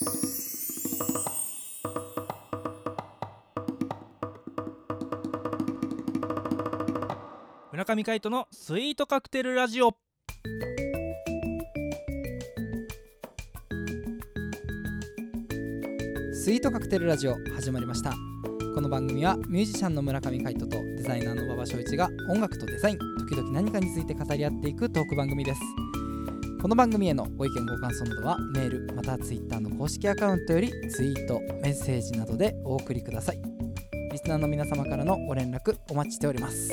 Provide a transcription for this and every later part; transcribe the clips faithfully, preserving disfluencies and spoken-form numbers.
村上海人のスイートカクテルラジオ。 スイートカクテルラジオ始まりました。この番組はミュージシャンの村上海人とデザイナーの馬場翔一が音楽とデザイン、時々何かについて語り合っていくトーク番組です。この番組へのご意見ご感想などはメールまたはツイッターの公式アカウントよりツイート、メッセージなどでお送りください。リスナーの皆様からのご連絡お待ちしております。 はい、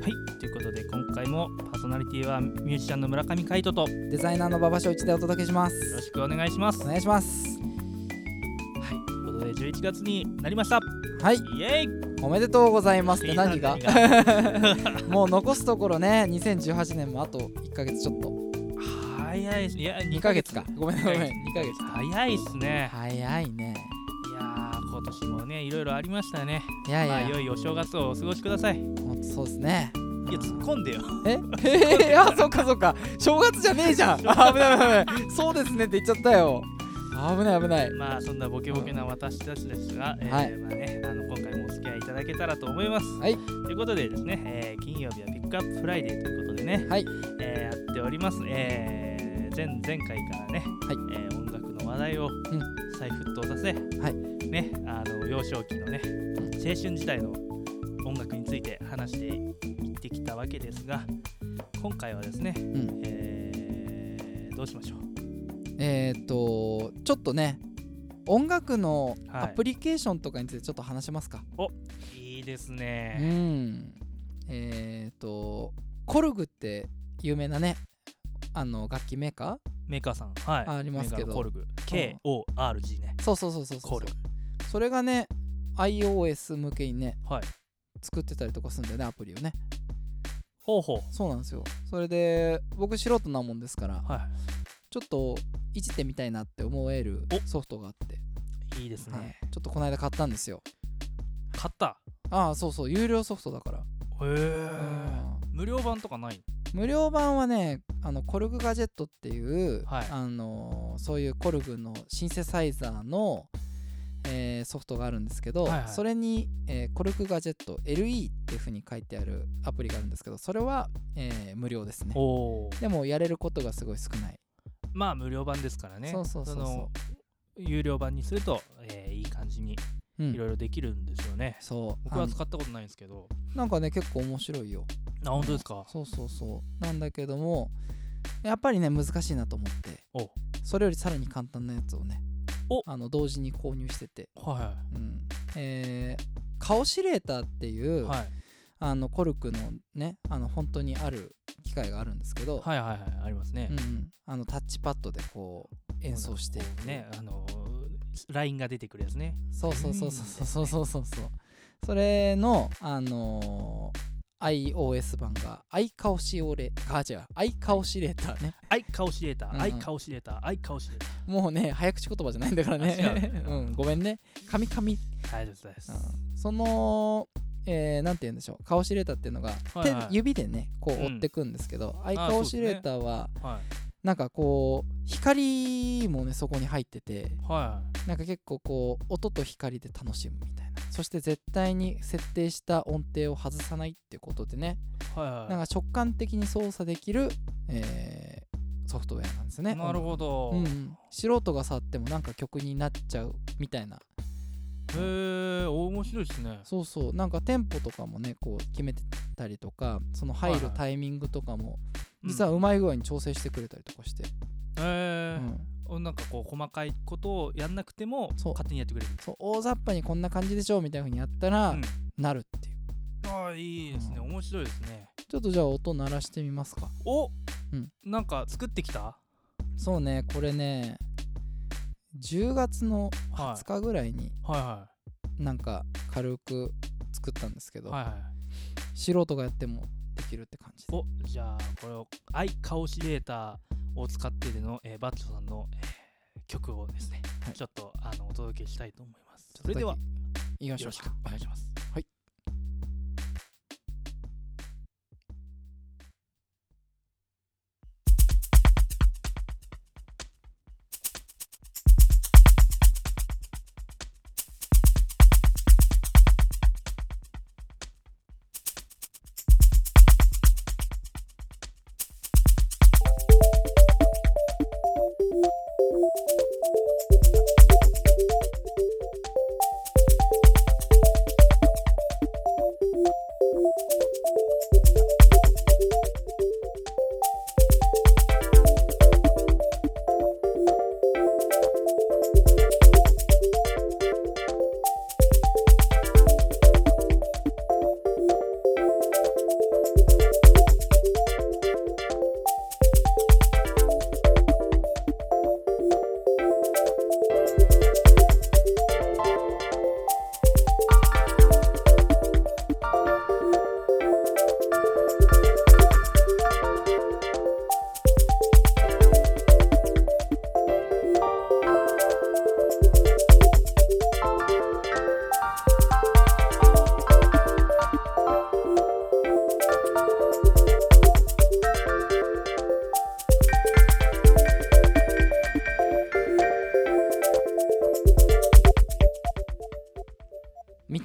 ということで今回もパーソナリティはミュージシャンの村上海人とデザイナーの馬場翔一でお届けします。 よろしくお願いします。 お願いします。 はい、ということでじゅういちがつになりました。 はい、 イエイ、 おめでとうございますって何が何がもう残すところね、にせんじゅうはちねんもあといっかげつちょっと。 早いっす。いやにかげつか、ごめんごめん、にかげつか。 早いっすね。 早いね。 いやー、今年もねいろいろありましたね。 いやいや、 まあ、良いお正月をお過ごしください。 ほんとそうですね。 いや、突っ込んでよ。 ええあ、そっかそっか、正月じゃねえじゃん。あ、危ない危ない危ない。そうですねって言っちゃったよ。危ない危ない。 まあそんなボケボケな私たちですが、えーはいまあね、あの今回もお付き合いいただけたらと思います。 はい。 ということでですね、えー金曜日はピックアップフライデーということでね、 はい。 えーやっております。えー前前回からね、 はいえー音楽の話題を再沸騰させ、 はいね、あの幼少期のね、青春時代の音楽について話していってきたわけですが、今回はですね、 うんえーどうしましょう。 えーっとちょっとね、音楽のはいアプリケーションとかについてちょっと話しますか。 いいですうね。 ん。えーっとコルグって有名なね、あの楽器メーカメーカーさん、はい、 ありますけどメーカーのコルグ ケーオーアールジー ね。 ー、そうそうそうそうそうコルグ、 それがね iOS 向けにねはい。 作ってたりとかするんだよね、アプリをね。 ほうほそうなんですよ。それで僕素人なもんですから、 う。はちょっといじってみたいなって思えるおソフトがあって、 い。いいですね。 はい、ちょっとこの間買ったんですよ。 買った。 ああ、そうそう、有料ソフトだから。 へえ。 うん無料版とかない？ 無料版はね、あのコルグガジェットっていう、 はいあのーそういうコルグのシンセサイザーの、えーソフトがあるんですけど、 はいはい、 それに、えーコルグガジェット エルイー っていう風に書いてあるアプリがあるんですけど、それは、えー無料ですね。 おー。 でもやれることがすごい少ない。 まあ無料版ですからね。 そうそうそうそうの有料版にすると、えーいい感じにうんいろいろできるんですよね。 そう僕はあ使ったことないんですけど。 なんかね結構面白いよ。 あ、本当ですか？ そうそうそうなんだけども、やっぱりね難しいなと思って、 おそれよりさらに簡単なやつをねおあの同時に購入してて、 はいはうんえーカオシレーターっていう、 い。はいあのコルクのねあの本当にある機械があるんですけど、 はいはいはい、ありますね。 うんうん、あのタッチパッドでこう演奏していくね、あのー、ラインが出てくるやつね。 そうそうそうそうそうそうそうそうそれのあのー、iOS 版がアイカオシオレあ違うアイカオシレーターね。 アイカオシレーター、 うんうんアイカオシレーター、アイカオシレーター。 もうね早口言葉じゃないんだからあ違ねううん、ごめんね、カミカミ。 はいですです。 うんその、えー、なんて言うんでしょう、カオシレーターっていうのが、 はいはい手指でねこううん追ってくんですけど、アイあカオシレーターははいなんかこう光もねそこに入ってて、 はなんか結構こう音と光で楽しむみたいな、そして絶対に設定した音程を外さないっていうことでね、 いはいはい。 なんか直感的に操作できる、えーソフトウェアなんですね。 なるほど。 うんうん、素人が触ってもなんか曲になっちゃうみたいな。 へえ、面白いですね。 そうそう、なんかテンポとかもねこう決めてたりとか、その入るタイミングとかも実はうまい具合に調整してくれたりとかして、 へえ、 うん、 なんかこう細かいことをやんなくてもそう勝手にやってくれる。 そう大雑把にこんな感じでしょみたいな風にやったら、 うんなるっていう。 ああ、いいですね、 うん面白いですね。 ちょっとじゃあ音鳴らしてみますか。 お、 うん、 なんか作ってきた？ そうね、これねじゅうがつのはつかぐらいにはいはなんか軽く作ったんですけど、 いはいはい。 素人がやってもできるって感じで。 お、じゃあこれをアイカオシレーターを使ってでの、えーバッチョさんの、えー曲をですね、 はいちょっとあのお届けしたいと思います。それでは言いましょうよろしくお願いします。 はい。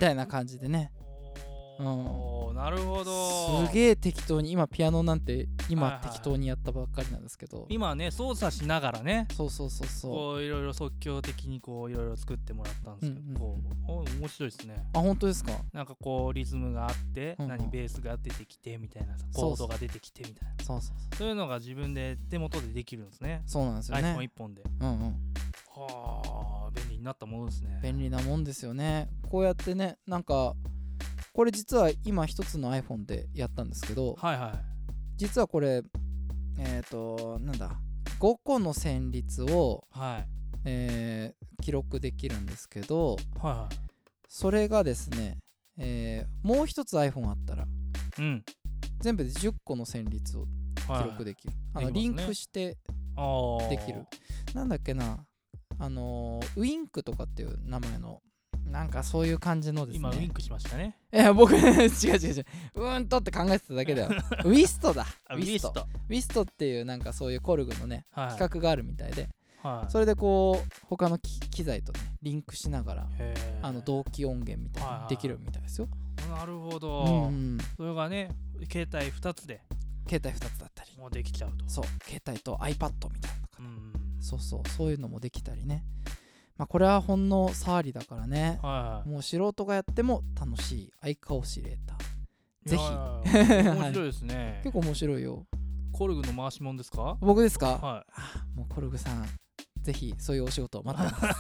たいな感じでね。 おー、なるほど。 すげえ適当に、今ピアノなんて今はいはい適当にやったばっかりなんですけど、 今ね操作しながらねそうそうそうそう。 こういろいろ即興的にこういろいろ作ってもらったんですけど、 うんうんこうお面白いですね。 あ、本当ですか。 なんかこうリズムがあって、 うんうん何ベースが出てきてみたいなさ、 そうコードが出てきてみたいな、 そうそうそう。 そういうのが自分で手元でできるんですね。 そうなんですよ iPhone ね。 一本で。 うんうん。 はあ、便利になったものですね。 便利なもんですよね。こうやってね、なんかこれ実は今一つの iPhone でやったんですけど、 はいはい。 実はこれえっ、ー、となんだごこの旋律を、 はいえー記録できるんですけど、 はいはい。 それがですね、えーもう一つ iPhone あったらうん。 全部でじゅっこの旋律をはい記録できる、あできますねのリンクしてあーできる。なんだっけな、あのーウインクとかっていう名前のなんかそういう感じのですね。 今ウインクしましたね。 いや僕違う違う違ううーんとって考えてただけだよウィストだあウィスト。 ウィストっていうなんかそういうコルグのねはい。 企画があるみたいで、 はい。 それでこう他の機機材とねリンクしながらへーあの同期音源みたいなのできるみたいですよ。 なるほうど。 んうん、 それがね携帯ふたつで携帯ふたつだったり、 もうできちゃうと。 そう携帯と iPad みたいなのかな、 うん。 そうそうそういうのもできたりね。まあこれはほんの触りだからね、 はい。 もう素人がやっても楽しいアイカオシレーターぜひいやいやいや面白いですね。 結構面白いよ。 コルグの回しもんですか？ 僕ですか？ はあもうコルグさんぜひそういうお仕事を待ってます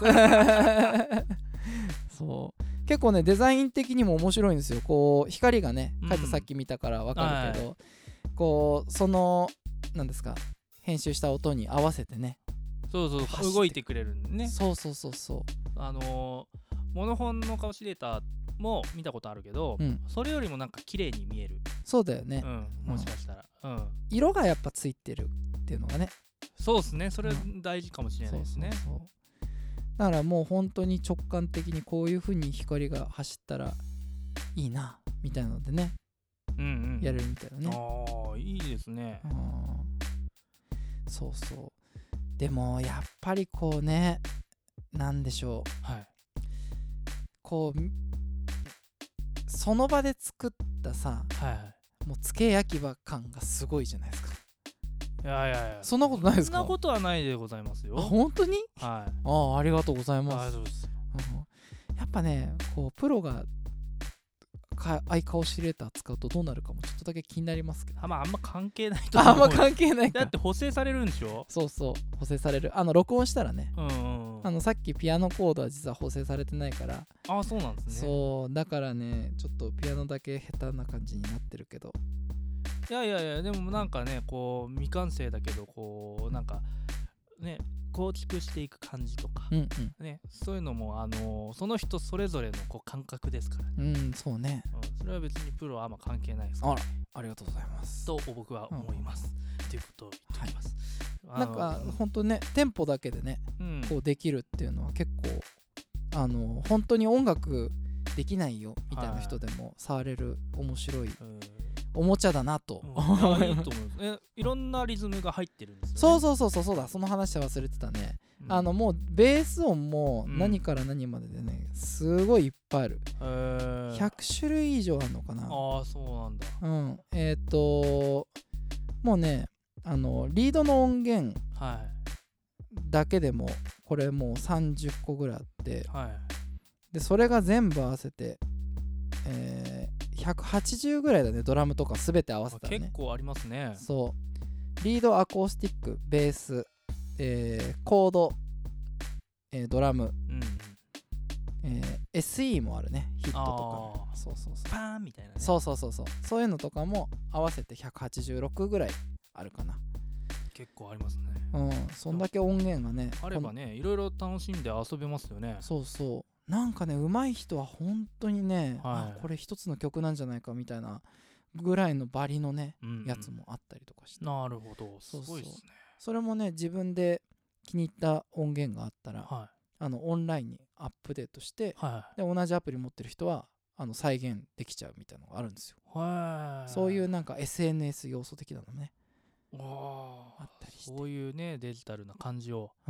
そう結構ねデザイン的にも面白いんですよ。こう光がねうん書いてさっき見たから分かるけど、 はこうその何ですか編集した音に合わせてね、 い。そうそう走って動いてくれるんでね。 そうそうそうそあのーモノフォンのカオシレーターも見たことあるけど、 う、うん、 それよりもなんか綺麗に見える。 そうだよね、 うん。もしかしたら。うん。 色がやっぱついてるっていうのがね、 そうですね。それうん大事かもしれないですね。 そうそうそうだからもう本当に直感的にこういう風に光が走ったらいいなみたいなのでね、 うんうん。 やれるみたいなね。 ああ、いいですね。 うんそうそうでもやっぱりこうねなんでしょうはい。 こうその場で作ったさはいはい。 もうつけ焼き場感がすごいじゃないですか。 いやいやいや。 そんなことないですか？ そんなことはないでございますよ。 あ本当に？ はい。 ああありがとうございあます。 そうです。 うんやっぱねこうプロがかアイカオシレーター使うとどうなるかもちょっとだけ気になりますけど、 あまああんま関係ないと思う。 ああんま関係ないか。 だって補正されるんでしょ？ そうそう補正される。あの録音したらね、 うんうんうん。 あのさっきピアノコードは実は補正されてないから、 ああそうなんですね。 そうだからねちょっとピアノだけ下手な感じになってるけど、 いやいやいやでもなんかねこう未完成だけどこうなんかね構築していく感じとか、 うんねそういうのもあのーその人それぞれのこう感覚ですからね、 うんうんそうね。 うん、それは別にプロはあんま関係ないですから、 あらありがとうございますと僕は思います、ということを言っておきます、あのなんかほんとねテンポだけでねうんこうできるっていうのは結構あの本当に音楽できないよみたいな人でも触れる面白いうんおもちゃだなと、 うん、いいと思いますえいろんなリズムが入ってるんですよね。 そうそうそうそうそうだその話は忘れてたね、 うんあのもうベース音もうん何から何まででねすごいいっぱいある、 へーひゃくしゅるい以上あるのかな。 ああそうなんだ。 うんえっ、ー、ともうねあのリードの音源はいだけでもこれもうさんじゅっこぐらいあってはいでそれが全部合わせて、えー、ひゃくはちじゅうぐらいだね。ドラムとかすべて合わせたらね結構ありますね。 そうリードアコースティックベース、えー、コード、えー、ドラム、 うんうんえー、エスイー もあるねヒットとかあーそうそうそうパーンみたいなね。 そうそうそうそうそういうのとかも合わせてひゃくはちじゅうろくぐらいあるかな。 結構ありますね。 うんそんだけ音源がねあればねいろいろ楽しんで遊べますよね。 そうそうなんかね上手い人は本当にね、 はいあこれ一つの曲なんじゃないかみたいなぐらいのバリのね、 うんうんやつもあったりとかしてなるほどすそうそうごいですね。 それもね自分で気に入った音源があったらはあのオンラインにアップデートしていはで同じアプリ持ってる人はあの再現できちゃうみたいなのがあるんですよ。 いはい。 そういうなんか エスエヌエス 要素的なのねわあったりしてそういうねデジタルな感じをうん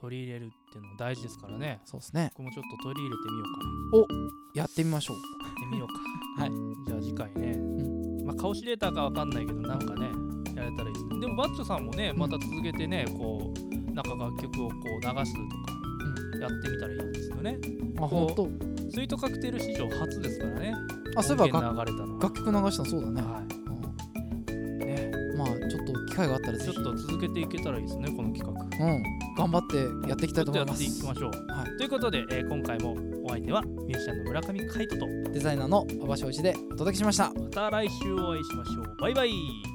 取り入れるっていうのも大事ですからね。 そうですね。 僕もちょっと取り入れてみようかな。 やってみましょう。 やってみようか。 はい。 じゃあ次回ね、 うまあ顔しれたかわかんないけどなんかねやれたらいいですね。でもバッチョさんもねまた続けてねこうなんか楽曲をこう流すとかやってみたらいいんですよね。 あ、 こうほんと。 スイートカクテル史上初ですからね。 あ、そういえば音源流れたのは楽曲流したのそうだね。 はいうんね、 まあちょっと機会があったらぜひちょっと続けていけたらいいですねこの企画。 うん、頑張ってやっていきたいと思います。 ちょっとやっていきましょう。 はいということで、えー今回もお相手はミュージシャンの村上海人とデザイナーの馬場翔一でお届けしました。 また来週お会いしましょう。バイバイ。